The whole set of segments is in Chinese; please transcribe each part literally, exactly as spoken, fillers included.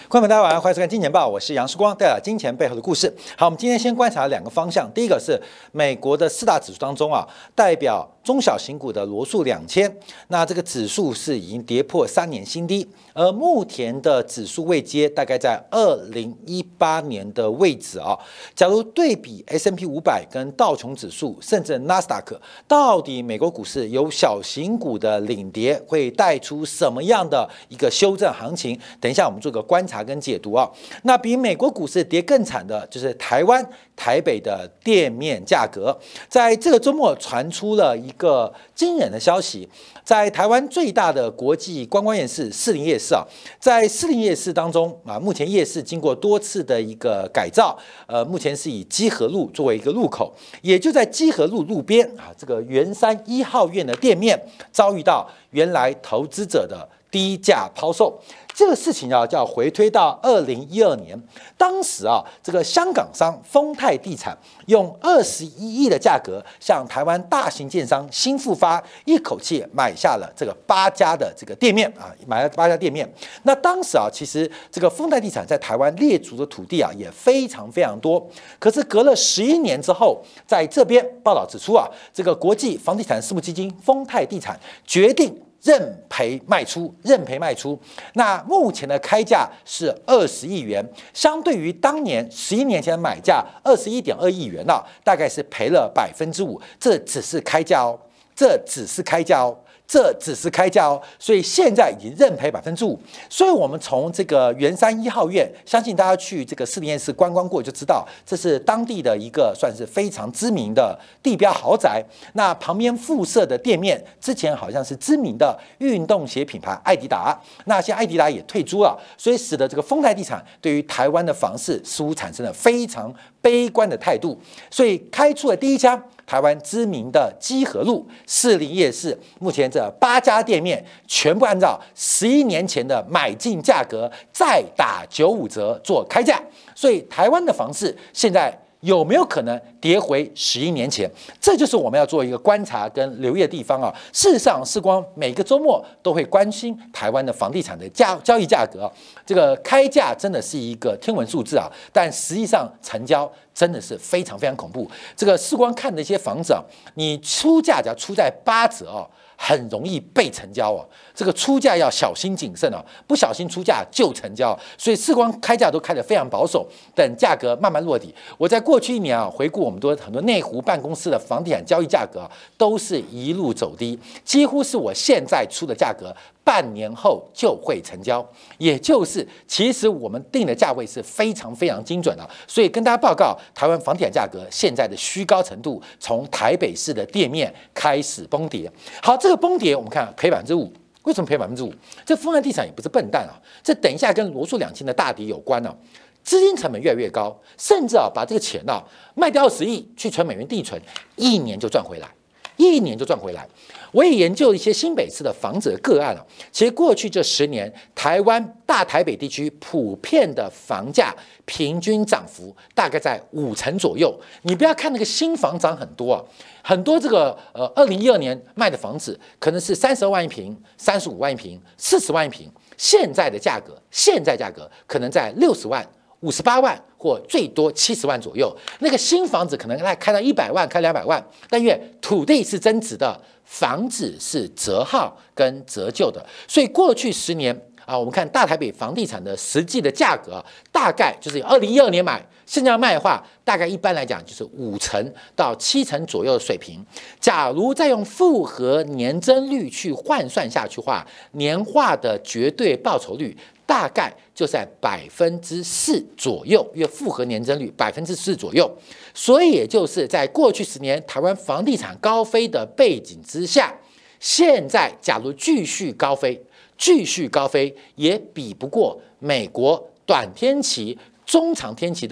观众朋友大家晚上好，欢迎收看《金钱报》，我是杨世光，带来金钱背后的故事。好，我们今天先观察两个方向，第一个是美国的四大指数当中啊，代表中小型股的罗素两千，那这个指数是已经跌破三年新低，而目前的指数位阶大概在二零一八年的位置啊。假如对比 S and P 五百跟道琼指数，甚至纳斯达克，到底美国股市有小型股的领跌，会带出什么样的一个修正行情？等一下我们做个观察跟解读啊。那比美国股市跌更惨的就是台湾台北的店面价格，在这个周末传出了一个惊人的消息，在台湾最大的国际观光夜市士林夜市啊，在士林夜市当中啊，目前夜市经过多次的一个改造，呃，目前是以基河路作为一个入口，也就在基河路路边啊，这个圆山一号院的店面遭遇到原来投资者的低价抛售。这个事情啊，就要回推到二零一二年，当时啊，这个香港商丰泰地产用二十一亿的价格向台湾大型建商新复发一口气买下了这个八家的这个店面啊，买了八家店面。那当时啊，其实这个丰泰地产在台湾列足的土地啊也非常非常多。可是隔了十一年之后，在这边报道指出啊，这个国际房地产私募基金丰泰地产决定认赔卖出，认赔卖出。那目前的开价是二十亿元，相对于当年十一年前的买价二十一点二亿元啊，大概是赔了百分之五。这只是开价哦，这只是开价哦。这只是开价哦，所以现在已经认赔百分之五。所以，我们从这个圆山一号院，相信大家去这个士林夜市观光过就知道，这是当地的一个算是非常知名的地标豪宅。那旁边附设的店面，之前好像是知名的运动鞋品牌艾迪达，那现在艾迪达也退租了，所以使得这个丰泰地产对于台湾的房市似乎产生了非常悲观的态度，所以开出了第一家台湾知名的基河路士林夜市，目前这八家店面全部按照十一年前的买进价格再打九五折做开价，所以台湾的房市现在有没有可能跌回十一年前？这就是我们要做一个观察跟留意的地方啊。事实上，世光每个周末都会关心台湾的房地产的价交易价格啊。这个开价真的是一个天文数字啊，但实际上成交真的是非常非常恐怖。这个世光看的一些房子啊，你出价只要出在八折哦，很容易被成交哦。这个出价要小心谨慎哦，不小心出价就成交。所以世光开价都开得非常保守，等价格慢慢落底。我在过去一年啊，回顾我们多很多内湖办公室的房地产交易价格啊，都是一路走低，几乎是我现在出的价格，半年后就会成交。也就是其实我们定的价位是非常非常精准的。所以跟大家报告，台湾房地产价格现在的虚高程度，从台北市的店面开始崩跌。好，这个崩跌我们看赔百分之五。为什么赔百分之五？这丰泰地产也不是笨蛋啊，这等一下跟罗素两千的大跌有关啊。资金成本越来越高，甚至啊把这个钱啊卖掉二十亿去存美元定存，一年就赚回来，一年就赚回来。我也研究一些新北市的房子的个案啊，其实过去这十年，台湾大台北地区普遍的房价平均涨幅大概在五成左右。你不要看那个新房涨很多啊，很多这个呃二零一二年卖的房子可能是三十二万一平、三十五万一平、四十万一平，现在的价格，现在价格可能在六十万。五十八万或最多七十万左右，那个新房子可能开到一百万，开两百万，但因为土地是增值的，房子是折号跟折旧的，所以过去十年啊，我们看大台北房地产的实际的价格，大概就是二零一二年买，现在要卖的话，大概一般来讲就是五成到七成左右的水平。假如再用复合年增率去换算下去的话，年化的绝对报酬率大概就在百分之四左右，因为复合年增率百分之四左右，所以也就是在过去十年台湾房地产高飞的背景之下，现在假如继续高飞，继续高飞也比不过美国短天期、中长天期的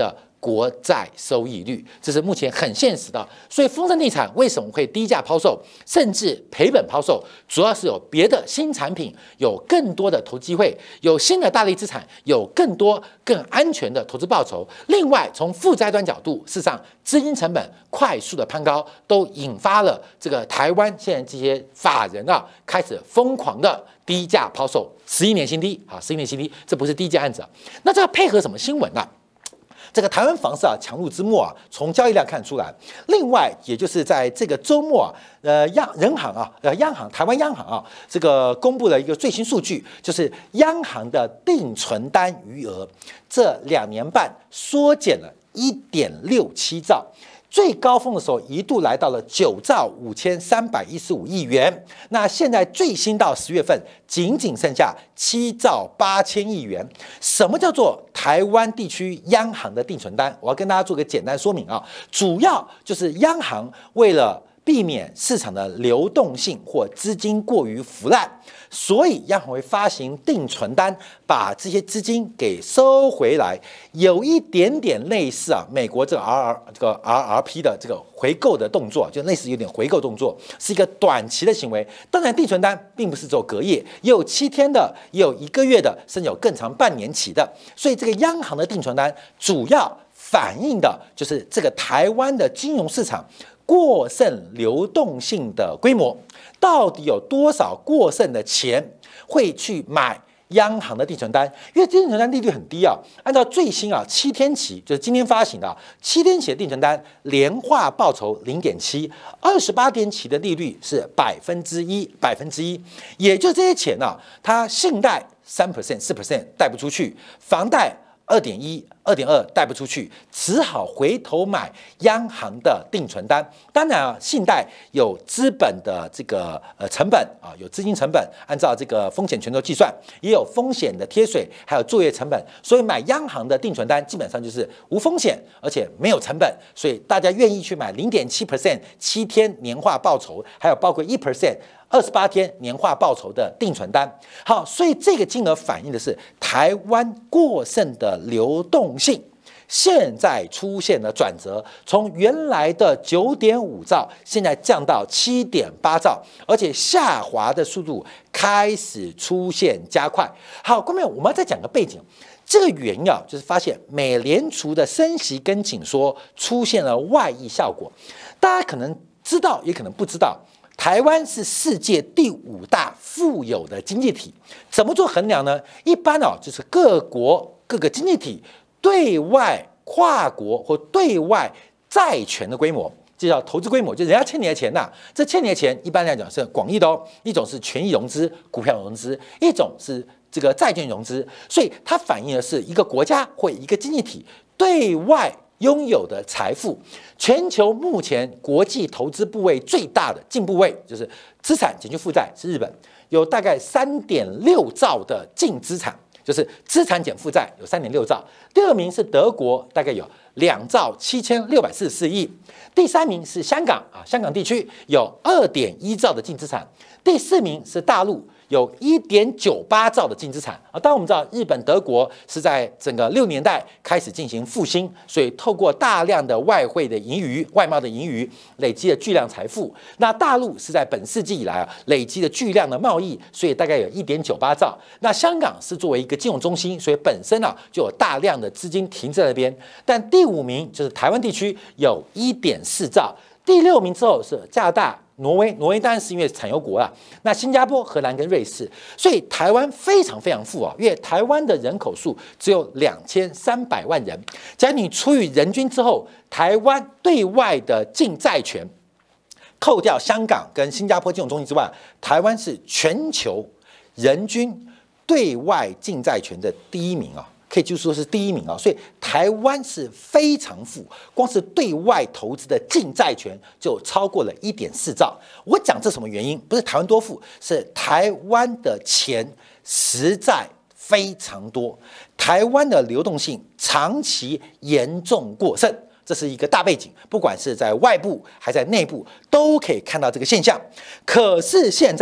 国债收益率，这是目前很现实的。所以丰盛地产为什么会低价抛售，甚至赔本抛售，主要是有别的新产品，有更多的投机会，有新的大类资产，有更多更安全的投资报酬。另外，从负债端角度，事实上资金成本快速的攀高，都引发了这个台湾现在这些法人啊开始疯狂的低价抛售，十一年新低啊，十一年新低，这不是低价案子啊。那这要配合什么新闻啊？这个台湾房市啊强弩之末啊，从交易量看出来。另外，也就是在这个周末啊，呃，央人行啊，呃，央行台湾央行啊，这个公布了一个最新数据，就是央行的定存单余额，这两年半缩减了一点六七兆。最高峰的时候一度来到了九兆五千三百一十五亿元，那现在最新到十月份，仅仅剩下七兆八千亿元。什么叫做台湾地区央行的定存单？我要跟大家做个简单说明啊，主要就是央行为了避免市场的流动性或资金过于腐烂，所以央行会发行定存单，把这些资金给收回来，有一点点类似啊，美国这个 R R 这个 R R P 的这个回购的动作，就类似有点回购动作，是一个短期的行为。当然，定存单并不是只有隔夜，也有七天的，也有一个月的，甚至有更长半年期的。所以，这个央行的定存单主要反映的就是这个台湾的金融市场过剩流动性的规模，到底有多少过剩的钱会去买央行的定存单？因为定存单利率很低啊，按照最新啊七天期，就是今天发行的、啊、七天期的定存单，年化报酬零点七，二十八天期的利率是百分之一，百分之一，也就这些钱啊，它信贷三 percent、四 percent 贷不出去，房贷二点一、二点二贷不出去，只好回头买央行的定存单。当然啊，信贷有资本的这个呃成本啊，有资金成本，按照这个风险权重计算，也有风险的贴水，还有作业成本。所以买央行的定存单基本上就是无风险，而且没有成本，所以大家愿意去买零点七 percent 七天年化报酬，还有包括一 percent。二十八天年化报酬的定存单，好，所以这个金额反映的是台湾过剩的流动性，现在出现了转折，从原来的九点五兆，现在降到七点八兆，而且下滑的速度开始出现加快。好，观众朋友，我们要再讲个背景，这个原因啊，就是发现美联储的升息跟紧缩出现了外溢效果，大家可能知道，也可能不知道。台湾是世界第五大富有的经济体，怎么做衡量呢？一般哦，就是各国各个经济体对外跨国或对外债权的规模，这叫投资规模，就是人家欠你的钱呐、啊。这欠你的钱一般来讲是广义的哦，一种是权益融资、股票融资，一种是这个债券融资，所以它反映的是一个国家或一个经济体对外拥有的财富。全球目前国际投资部位最大的净部位，就是资产减去负债，是日本，有大概三点六兆的净资产，就是资产减负债有三点六兆。第二名是德国，大概有两兆七千六百四十四亿。第三名是香港啊，香港地区有二点一兆的净资产。第四名是大陆，有一点九八兆的净资产啊。当然我们知道，日本、德国是在整个六年代开始进行复兴，所以透过大量的外汇的盈余、外贸的盈余，累积了巨量财富。那大陆是在本世纪以来啊，累积了巨量的贸易，所以大概有一点九八兆。那香港是作为一个金融中心，所以本身啊就有大量的资金停在那边。但第五名就是台湾地区，有一点四兆。第六名之后是加拿大。挪威，挪威当然是因为产油国啦。那新加坡、荷兰跟瑞士，所以台湾非常非常富啊，因为台湾的人口数只有两千三百万人。假如你除以人均之后，台湾对外的净债权，扣掉香港跟新加坡金融中心之外，台湾是全球人均对外净债权的第一名啊。可以就说是第一名啊，所以台湾是非常富，光是对外投资的净债权就超过了一点四兆。我讲这什么原因？不是台湾多富，是台湾的钱实在非常多，台湾的流动性长期严重过剩，这是一个大背景，不管是在外部还在内部，都可以看到这个现象。可是现在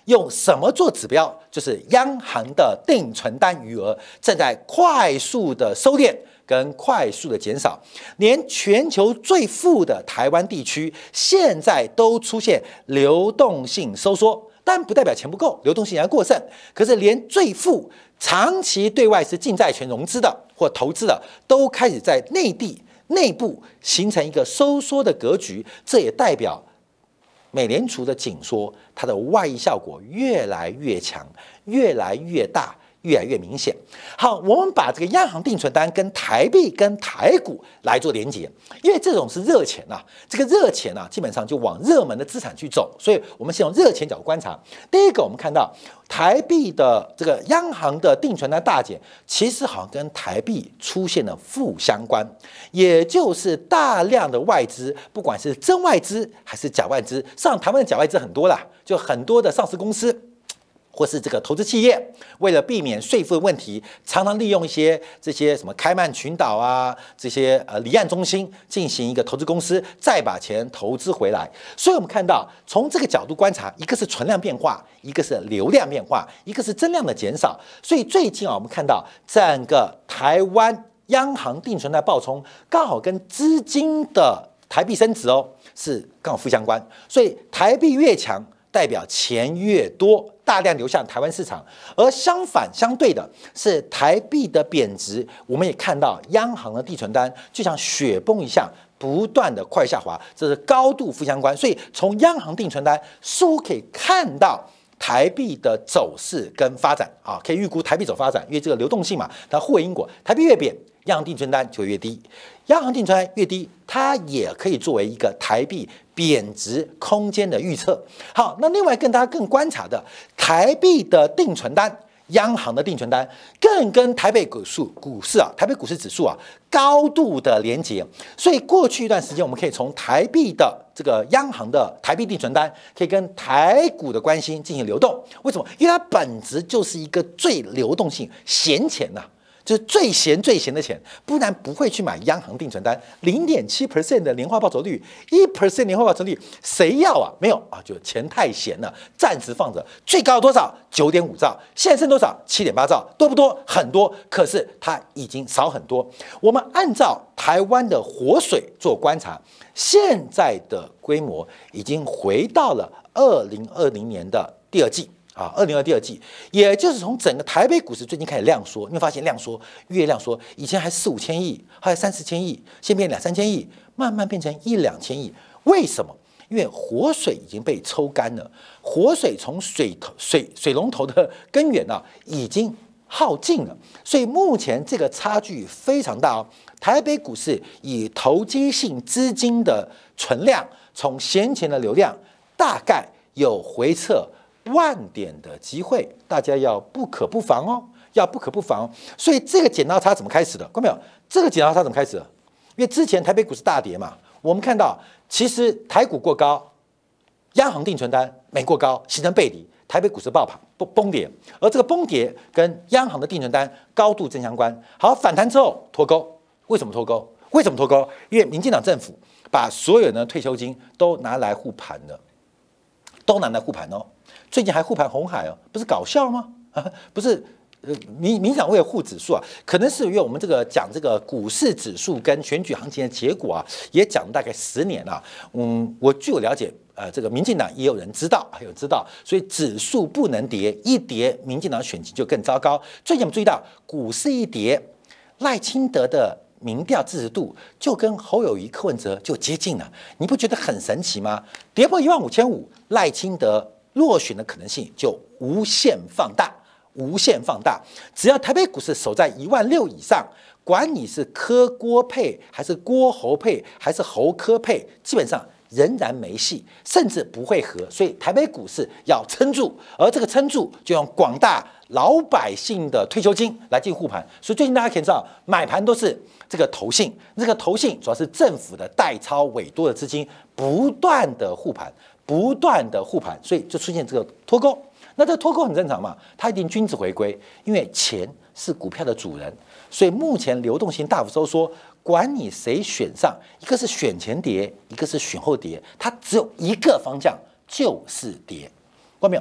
用什么做指标？就是央行的定存单余额正在快速的收敛跟快速的减少，连全球最富的台湾地区现在都出现流动性收缩，但不代表钱不够，流动性还过剩。可是连最富、长期对外是净债权融资的或投资的，都开始在内地内部形成一个收缩的格局，这也代表美联储的紧缩，它的外溢效果越来越强，越来越大，越来越明显。好，我们把这个央行定存单跟台币跟台股来做连结，因为这种是热钱啊，这个热钱啊，基本上就往热门的资产去走，所以我们先从热钱角度观察。第一个，我们看到台币的这个央行的定存单大减，其实好像跟台币出现了负相关，也就是大量的外资，不管是真外资还是假外资，上台湾的假外资很多啦，就很多的上市公司。或是这个投资企业，为了避免税负的问题，常常利用一些这些什么开曼群岛啊，这些呃离岸中心进行一个投资公司，再把钱投资回来。所以我们看到，从这个角度观察，一个是存量变化，一个是流量变化，一个是增量的减少。所以最近啊，我们看到整个台湾央行定存单暴冲，刚好跟资金的台币升值哦，是刚好负相关。所以台币越强，代表钱越多，大量流向台湾市场，而相反相对的是台币的贬值，我们也看到央行的定存单就像雪崩一样，不断的快下滑，这是高度负相关。所以从央行定存单似乎可以看到台币的走势跟发展啊，可以预估台币走发展，因为这个流动性嘛，它互为因果，台币越贬，央行定存单就越低，央行定存单越低，它也可以作为一个台币贬值空间的预测。好，那另外跟大家更观察的，台币的定存单，央行的定存单，更跟台北股市股市啊，台北股市指数啊高度的连结。所以过去一段时间，我们可以从台币的这个央行的台币定存单，可以跟台股的关系进行流动。为什么？因为它本质就是一个最流动性闲钱呐、啊。就是最闲最闲的钱，不然不会去买央行定存单。零点七 percent 的年化报酬率，一 percent 年化报酬率，谁要啊？没有啊，就钱太闲了，暂时放着。最高多少？九点五兆，现在剩多少？七点八兆，多不多？很多。可是它已经少很多。我们按照台湾的活水做观察，现在的规模已经回到了二零二零年的第二季。啊，二零二第二季，也就是从整个台北股市最近开始量缩，你会发现量缩越量缩，以前还四五千亿，后来三四千亿，现在变两三千亿，慢慢变成一两千亿。为什么？因为活水已经被抽干了，活水从水头水水龙头的根源啊已经耗尽了，所以目前这个差距非常大哦。台北股市以投机性资金的存量，从先前的流量大概有回撤万点的机会，大家要不可不防哦，要不可不防哦。所以这个剪刀差怎么开始的？看到没有？这个剪刀差怎么开始的？因为之前台北股市大跌嘛，我们看到其实台股过高，央行定存单没过高，形成背离，台北股市爆盘崩崩跌，而这个崩跌跟央行的定存单高度正相关。好，反弹之后脱钩，为什么脱钩？为什么脱钩？因为民进党政府把所有人的退休金都拿来护盘了，都拿来护盘哦。最近还护盘鸿海哦，不是搞笑吗？啊，不是，呃，民民党为了护指数啊，可能是因为我们这个讲这个股市指数跟选举行情的结果啊，也讲了大概十年了。嗯，我据我了解，呃，这个民进党也有人知道，还有知道，所以指数不能跌，一跌民进党选情就更糟糕。最近我们注意到，股市一跌，赖清德的民调支持度就跟侯友宜、柯文哲就接近了，你不觉得很神奇吗？跌破一万五千五，赖清德落选的可能性就无限放大，无限放大。只要台北股市守在一万六以上，管你是柯郭配还是郭侯配还是侯柯配，基本上仍然没戏，甚至不会合。所以台北股市要撑住，而这个撑住就用广大老百姓的退休金来进护盘。所以最近大家可以知道，买盘都是这个投信，这个投信主要是政府的代操委托的资金不断的护盘。不断的护盘，所以就出现这个脱钩。那这个脱钩很正常嘛，它一定君子回归，因为钱是股票的主人，所以目前流动性大幅收缩，管你谁选上，一个是选前跌，一个是选后跌，它只有一个方向，就是跌。看到没有？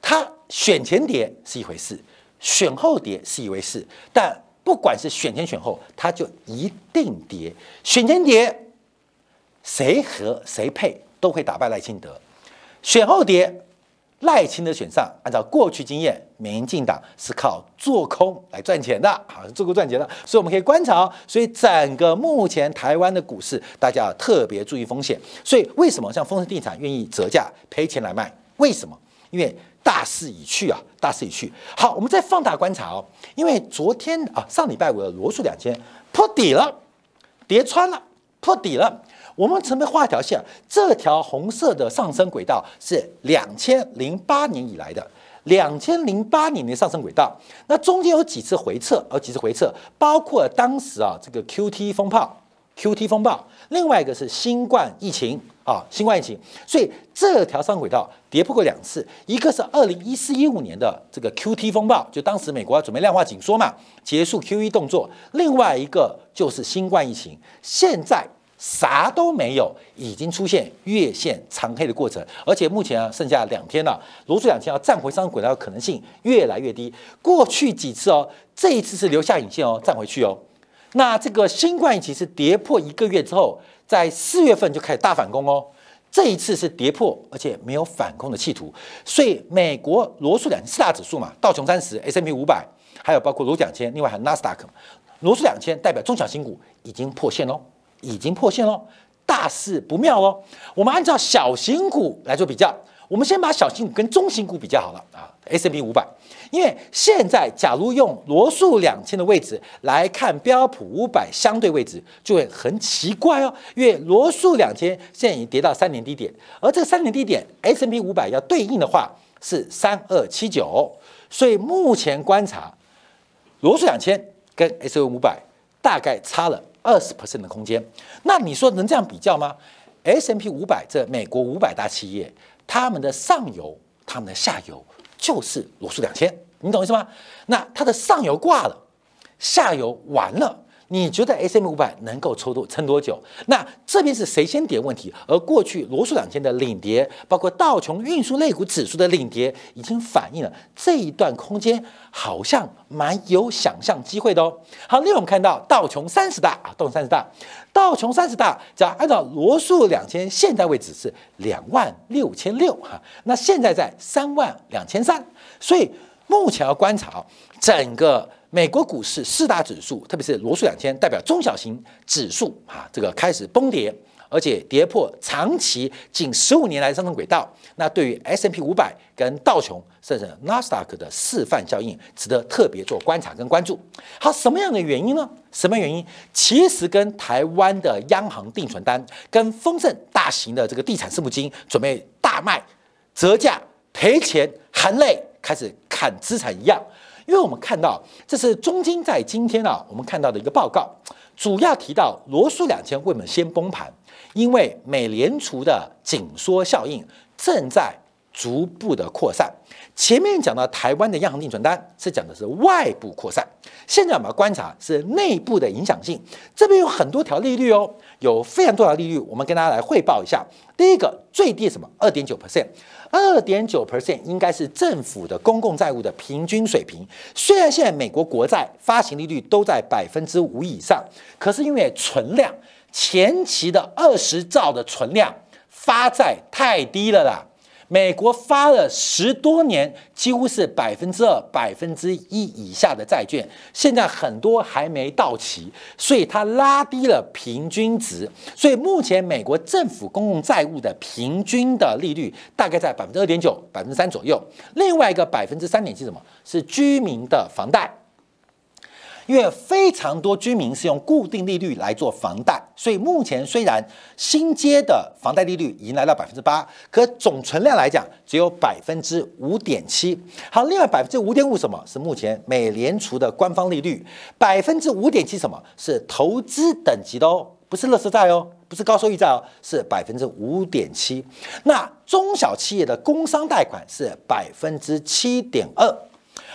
它选前跌是一回事，选后跌是一回事，但不管是选前选后，它就一定跌。选前跌，谁和谁配都会打败赖清德；选后跌，赖清德选上，按照过去经验，民进党是靠做空来赚钱的，好，做空赚钱的，所以我们可以观察哦。所以整个目前台湾的股市，大家要特别注意风险。所以为什么像丰盛地产愿意折价赔钱来卖？为什么？因为大势已去啊，大势已去。好，我们再放大观察哦，因为昨天啊，上礼拜五的罗素两千破底了，跌穿了，破底了。我们准备画一条线，这条红色的上升轨道是两千零八年以来的，两千零八年的上升轨道。那中间有几次回撤，有几次回撤，包括当时啊这个 Q T 风暴 ，Q T 风暴，另外一个是新冠疫情啊，新冠疫情。所以这条上升轨道跌破过两次，一个是二零一四一五年的这个 Q T 风暴，就当时美国要准备量化紧缩嘛，结束 Q E 动作；另外一个就是新冠疫情，现在。啥都没有，已经出现月线长黑的过程，而且目前啊剩下两天了，罗素两千要站回上升轨道的可能性越来越低。过去几次哦，这一次是留下影线哦，站回去哦。那这个新冠疫情是跌破一个月之后，在四月份就开始大反攻哦。这一次是跌破，而且没有反攻的企图，所以美国罗素两千四大指数嘛，道琼三十、S and P 五百，还有包括罗素两千，另外还有纳斯达克，罗素两千代表中小型股已经破线喽。已经破线喽，大事不妙喽。我们按照小型股来做比较，我们先把小型股跟中型股比较好了啊 ，S and P 五百，因为现在假如用罗素两千的位置来看标普五百相对位置，就会很奇怪哦。因为罗素两千现在已经跌到三年低点，而这三年低点 S and P 五百要对应的话是三二七九，所以目前观察罗素两千跟 S and P 五百大概差了。二十 percent 的空间，那你说能这样比较吗 ？S and P 五百这美国五百大企业，他们的上游、他们的下游就是罗素两千，你懂意思吗？那它的上游挂了，下游完了，你觉得 S and P 五百能够抽多撑多久？那这边是谁先跌问题？而过去罗素两千的领跌，包括道琼运输类股指数的领跌，已经反映了这一段空间好像蛮有想象机会的哦。好，另外我们看到道琼三十大啊，道琼三十大，道琼三十大，只要按照罗素两千现在位置是两万六千六哈，那现在在三万两千三，所以目前要观察整个。美国股市四大指数，特别是罗素两千，代表中小型指数啊，这个开始崩跌，而且跌破长期近十五年来的上升轨道。那对于 S and P 五百跟道琼甚至纳斯达克的示范效应，值得特别做观察跟关注。好，什么样的原因呢？什么原因？其实跟台湾的央行定存单、跟丰盛大型的这个地产私募基金准备大卖、折价、赔钱、含泪开始砍资产一样。因为我们看到，这是中金在今天啊，我们看到的一个报告，主要提到罗素两千为什么先崩盘？因为美联储的紧缩效应正在逐步的扩散。前面讲到台湾的央行定存单是讲的是外部扩散，现在我们要观察是内部的影响性。这边有很多条利率哦，有非常多条利率，我们跟大家来汇报一下。第一个最低什么？二点九 percent。二点九 percent 应该是政府的公共债务的平均水平。虽然现在美国国债发行利率都在百分之五以上，可是因为存量前期的二十兆的存量发债太低了啦。美国发了十多年，几乎是百分之二、百分之一以下的债券，现在很多还没到期，所以它拉低了平均值。所以目前美国政府公共债务的平均的利率大概在百分之二点九、百分之三左右。另外一个百分之三点七什么？是居民的房贷。因为非常多居民是用固定利率来做房贷，所以目前虽然新阶的房贷利率已经来到百分之八，可总存量来讲只有百分之五点七。好，另外百分之五点五什么是目前美联储的官方利率？百分之五点七什么是投资等级的哦，不是垃圾债哦，不是高收益债哦，是百分之五点七。那中小企业的工商贷款是百分之七点二。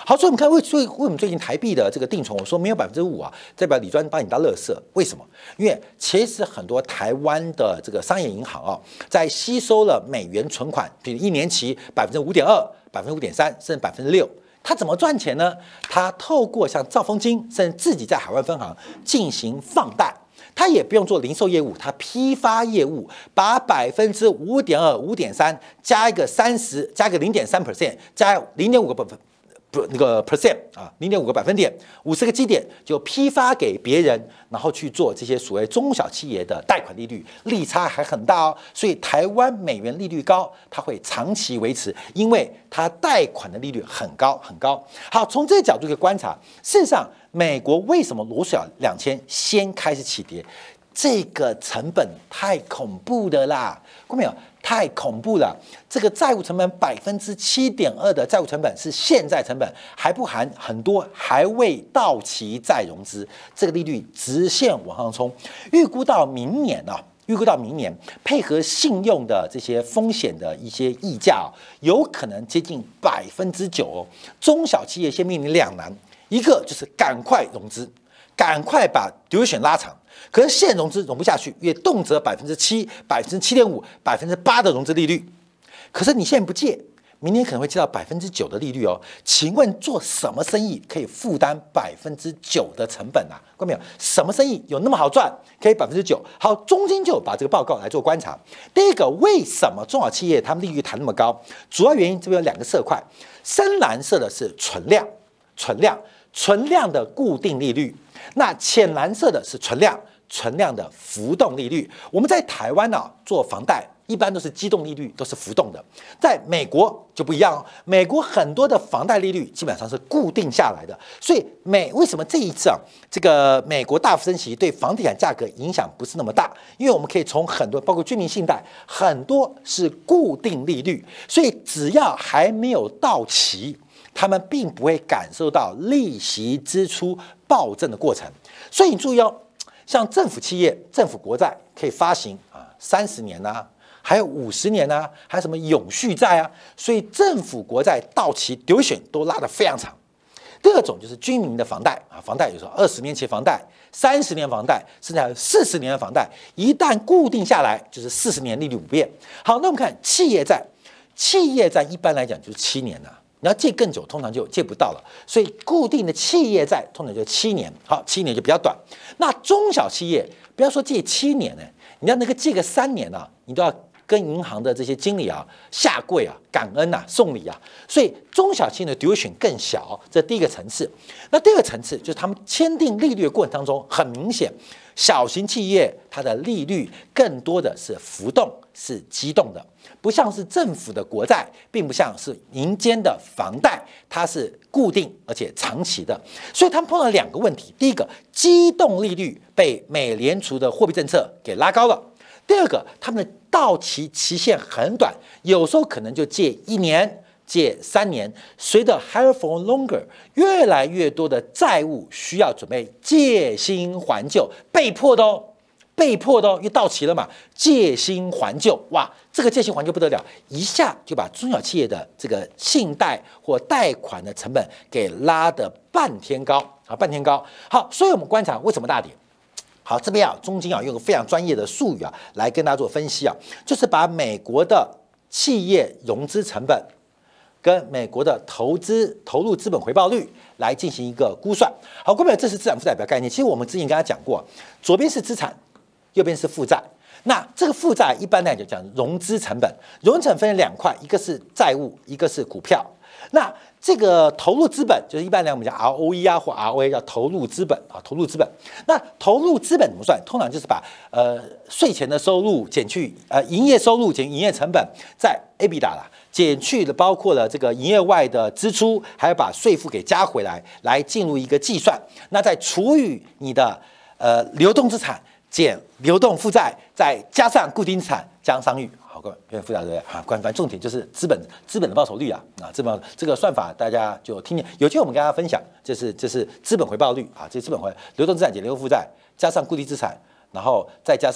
好，所以我们看为为为什么最近台币的这个定存，我说没有百分之五啊，代表李专把你当垃圾，为什么？因为其实很多台湾的这个商业银行啊，在吸收了美元存款，比如一年期百分之五点二、百分之五点三，甚至百分之六。他怎么赚钱呢？他透过像兆丰金，甚至自己在海外分行进行放贷，他也不用做零售业务，他批发业务，把百分之五点二、五点三加一个三十，加一个零点三 percent， 加零点五个百分。不，那个 percent 啊，零点五个百分点，五十个基点就批发给别人，然后去做这些所谓中小企业的贷款利率，利差还很大哦。所以台湾美元利率高，它会长期维持，因为它贷款的利率很高很高。好，从这个角度去观察，事实上，美国为什么罗素两千先开始起跌？这个成本太恐怖的啦，看到没有？太恐怖了！这个债务成本百分之七点二的债务成本是现在成本，还不含很多还未到期再融资，这个利率直线往上冲，预估到明年啊，预估到明年配合信用的这些风险的一些溢价、啊，有可能接近百分之九哦。中小企业先面临两难，一个就是赶快融资，赶快把 duration 拉长。可是现融资融不下去，因为动辄百分之七、百分之七点五、百分之八的融资利率。可是你现在不借，明年可能会借到百分之九的利率哦。请问做什么生意可以负担百分之九的成本啊？看到没有？什么生意有那么好赚，可以百分之九？好，中间就把这个报告来做观察。第一个，为什么中小企业他们利率谈那么高？主要原因这边有两个色块，深蓝色的是存量，存量，存量的固定利率。那浅蓝色的是存量，存量的浮动利率。我们在台湾呢、啊、做房贷，一般都是机动利率，都是浮动的。在美国就不一样哦，美国很多的房贷利率基本上是固定下来的。所以美为什么这一次啊，这个美国大幅升息对房地产价格影响不是那么大？因为我们可以从很多，包括居民信贷，很多是固定利率，所以只要还没有到期，他们并不会感受到利息支出暴增的过程。所以你注意哦，像政府企业、政府国债可以发行啊，三十年啊，还有五十年啊，还有什么永续债啊，所以政府国债到期duration都拉得非常长。第二种就是居民的房贷啊，房贷有时候二十年期房贷、三十年房贷，甚至还有四十年的房贷，一旦固定下来，就是四十年利率不变。好，那我们看企业债，企业债一般来讲就是七年啊。你要借更久，通常就借不到了。所以固定的企业债通常就七年，好，七年就比较短。那中小企业不要说借七年呢，你要那个借个三年啊，你都要跟银行的这些经理啊下跪啊、感恩啊、送礼啊。所以中小企业的 duration 更小，这第一个层次。那第二个层次就是他们签订利率的过程当中，很明显，小型企业它的利率更多的是浮动、是机动的。不像是政府的国债，并不像是民间的房贷，它是固定而且长期的，所以他们碰到两个问题：第一个，机动利率被美联储的货币政策给拉高了；第二个，他们的到期期限很短，有时候可能就借一年、借三年。随着 higher for longer， 越来越多的债务需要准备借新还旧，被迫的哦。被迫的哦，因为到期了嘛，借新还旧，哇，这个借新还旧不得了，一下就把中小企业的这个信贷或贷款的成本给拉得半天高啊，半天高。好，所以我们观察为什么大跌。好，这边啊，中间啊用个非常专业的术语啊来跟大家做分析啊，就是把美国的企业融资成本跟美国的投资投入资本回报率来进行一个估算。好，各位，这是资产负债表概念。其实我们之前跟大家讲过，左边是资产，右边是负债。那这个负债一般来讲讲融资成本，融资成本分成两块，一个是债务，一个是股票。那这个投入资本就是一般来讲我们讲 R O E 啊或 R O A 叫投入资本啊，投入资本。那投入资本怎么算？通常就是把呃税前的收入减去呃营业收入减营业成本，在 EBITDA 啦。减去了包括了这个营业外的支出，还要把税负给加回来，来进入一个计算。那再除以你的呃流动资产减流动负债，再加上固定资产加上商誉。好，各位有点复杂对不对啊？关反重点就是资本资本的报酬率啊啊，资本这个算法大家就听见。有机会我们跟大家分享，这是这是资本回报率啊，这是资本回流动资产减流动负债加上固定资产，然后再加上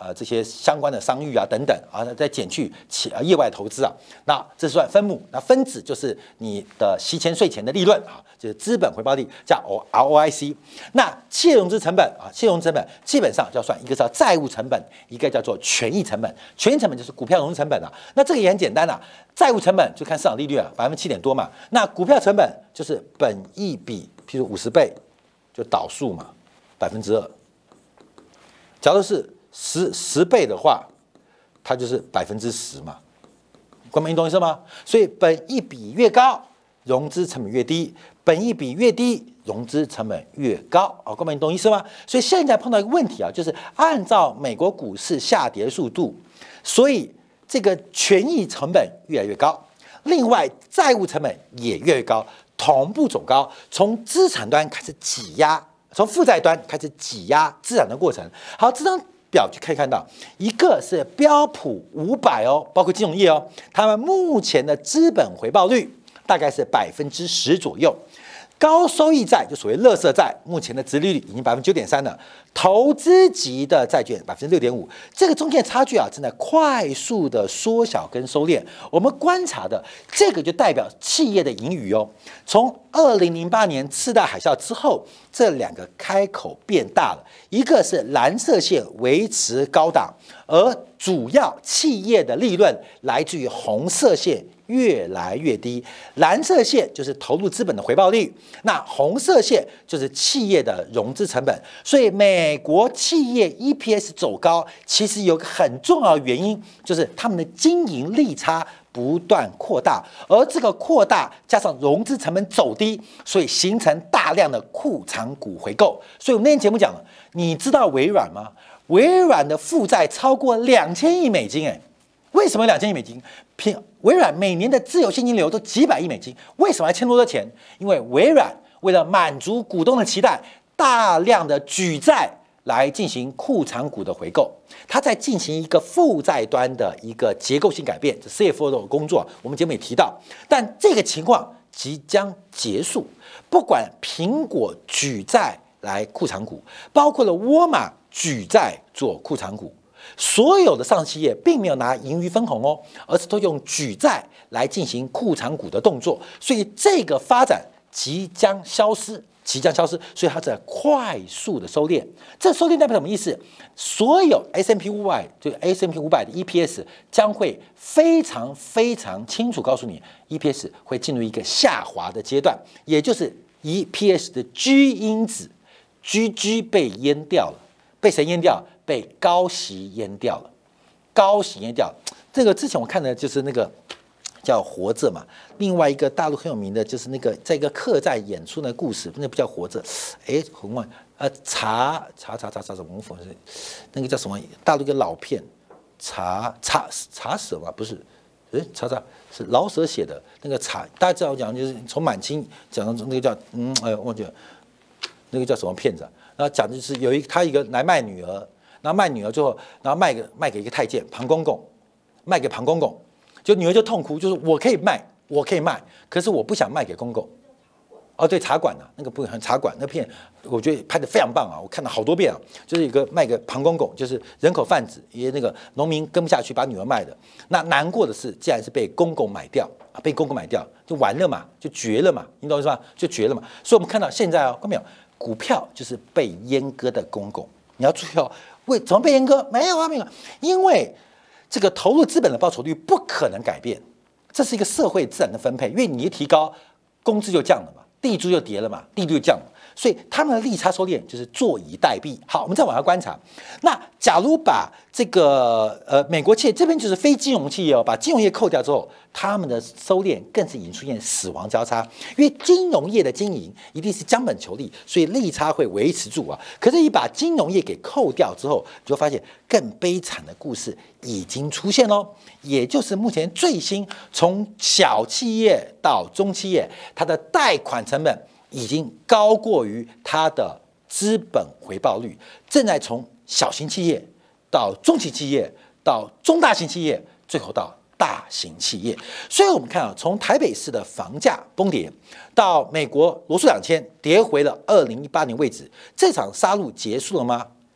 呃这些相关的商誉啊等等啊，再减去其呃业外投资啊，那这算分母。那分子就是你的息前税前的利润啊，就是资本回报率加 R O I C。那企业融资成本啊，企业融资成本基本上就要算一个叫债务成本，一个叫做权益成本。权益成本就是股票融资成本啊。那这个也很简单啊，债务成本就看市场利率啊，百分之七点多嘛。那股票成本就是本益比，譬如五十倍就导数嘛，百分之二。假如是十十倍的话，它就是百分之十嘛，观众你懂意思吗？所以本益比越高，融资成本越低；本益比越低，融资成本越高。啊，观众你懂意思吗？所以现在碰到一个问题啊，就是按照美国股市下跌速度，所以这个权益成本越来越高，另外债务成本也越来越高，同步走高，从资产端开始挤压。从负债端开始挤压资产的过程。好，这张表就可以看到，一个是标普五百哦，包括金融业哦，他们目前的资本回报率大概是百分之十左右。高收益债就所谓垃圾债，目前的殖利率已经百分之九点三了。投资级的债券百分之六点五，这个中间的差距啊，正在快速的缩小跟收敛。我们观察的这个就代表企业的盈余哦。从二零零八年次贷海啸之后，这两个开口变大了，一个是蓝色线维持高档，而主要企业的利润来自于红色线。越来越低，蓝色线就是投入资本的回报率，那红色线就是企业的融资成本。所以美国企业 E P S 走高，其实有个很重要的原因，就是他们的经营利差不断扩大，而这个扩大加上融资成本走低，所以形成大量的库藏股回购。所以我们那天节目讲了，你知道微软吗？微软的负债超过两千亿美金，哎。为什么两千亿美金？平微软每年的自由现金流都几百亿美金，为什么还欠那么多钱？因为微软为了满足股东的期待，大量的举债来进行库藏股的回购，它在进行一个负债端的一个结构性改变，这 C F O 的工作，我们节目也提到。但这个情况即将结束，不管苹果举债来库藏股，包括了沃尔玛举债做库藏股。所有的上市企业并没有拿盈余分红哦，而是都用举债来进行库藏股的动作，所以这个发展即将消失，即将消失，所以它在快速的收敛。这收敛代表什么意思？所有 S and P 五百就 S and P 五百的 E P S 将会非常非常清楚告诉你 ，E P S 会进入一个下滑的阶段，也就是 E P S 的 G 因子 ，G G 被淹掉了，被谁淹掉？被高息淹掉了，高息淹掉了。这个之前我看的就是那个叫《活着》嘛，另外一个大陆很有名的就是那个在一个客栈演出的故事，那不叫《活着》，哎，很忘，呃，查查查查查什么？那个叫什么？大陆一个老片，查查查舍嘛，不是？哎，查查是老舍写的那个查，大家知道讲就是从满清讲到那个叫嗯，哎，忘记了，那个叫什么片子啊？然后讲的就是有一他一个来卖女儿。然后卖女儿之后，然后卖给卖给一个太监庞公公，卖给庞公公，就女儿就痛哭，就是我可以卖，我可以卖，可是我不想卖给公公。哦，对，茶馆啊，那个不很茶馆那片，我觉得拍得非常棒啊，我看了好多遍啊。就是一个卖给庞公公，就是人口贩子，因为那个农民跟不下去，把女儿卖的。那难过的是，竟然是被公公买掉啊，被公公买掉，就完了嘛，就绝了嘛，你懂是吧？就绝了嘛。所以我们看到现在哦，看到没有，股票就是被阉割的公公，你要注意哦。为怎么被阉割？没有啊，没有，因为这个投入资本的报酬率不可能改变，这是一个社会自然的分配，因为你一提高，工资就降了嘛，地租就跌了嘛，利率就降了，所以他们的利差收敛就是坐以待毙。好，我们再往下观察，那假如把这个呃美国企业这边就是非金融企业哦，把金融业扣掉之后，他们的收敛更是已经出现死亡交叉，因为金融业的经营一定是将本求利，所以利差会维持住啊。可是，一把金融业给扣掉之后，你就发现更悲惨的故事已经出现喽。也就是目前最新从小企业到中企业，它的贷款成本已经高过于它的资本回报率，正在从小型企业到中型企业到中大型企业，最后到大型企业。所以我们看啊，从台北市的房价崩跌，到美国罗素两千跌回了二零一八年位置，这场杀戮结束了吗？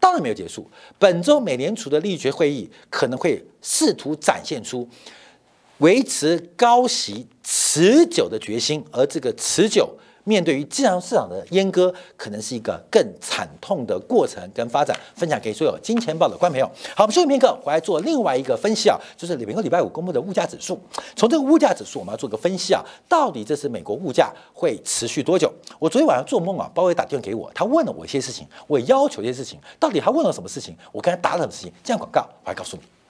当然没有结束。本周美联储的利率决会议可能会试图展现出维持高息持久的决心，而这个持久面对于金融市场的阉割，可能是一个更惨痛的过程跟发展。分享给所有金钱豹的观众朋友。好，我们休息片刻，回来做另外一个分析啊，就是美国礼拜五公布的物价指数。从这个物价指数，我们要做个分析啊，到底这次美国物价会持续多久？我昨天晚上做梦啊，鲍威尔打电话给我，他问了我一些事情，我也要求一些事情，到底他问了什么事情？我跟他答了什么事情？这样广告，我来告诉你。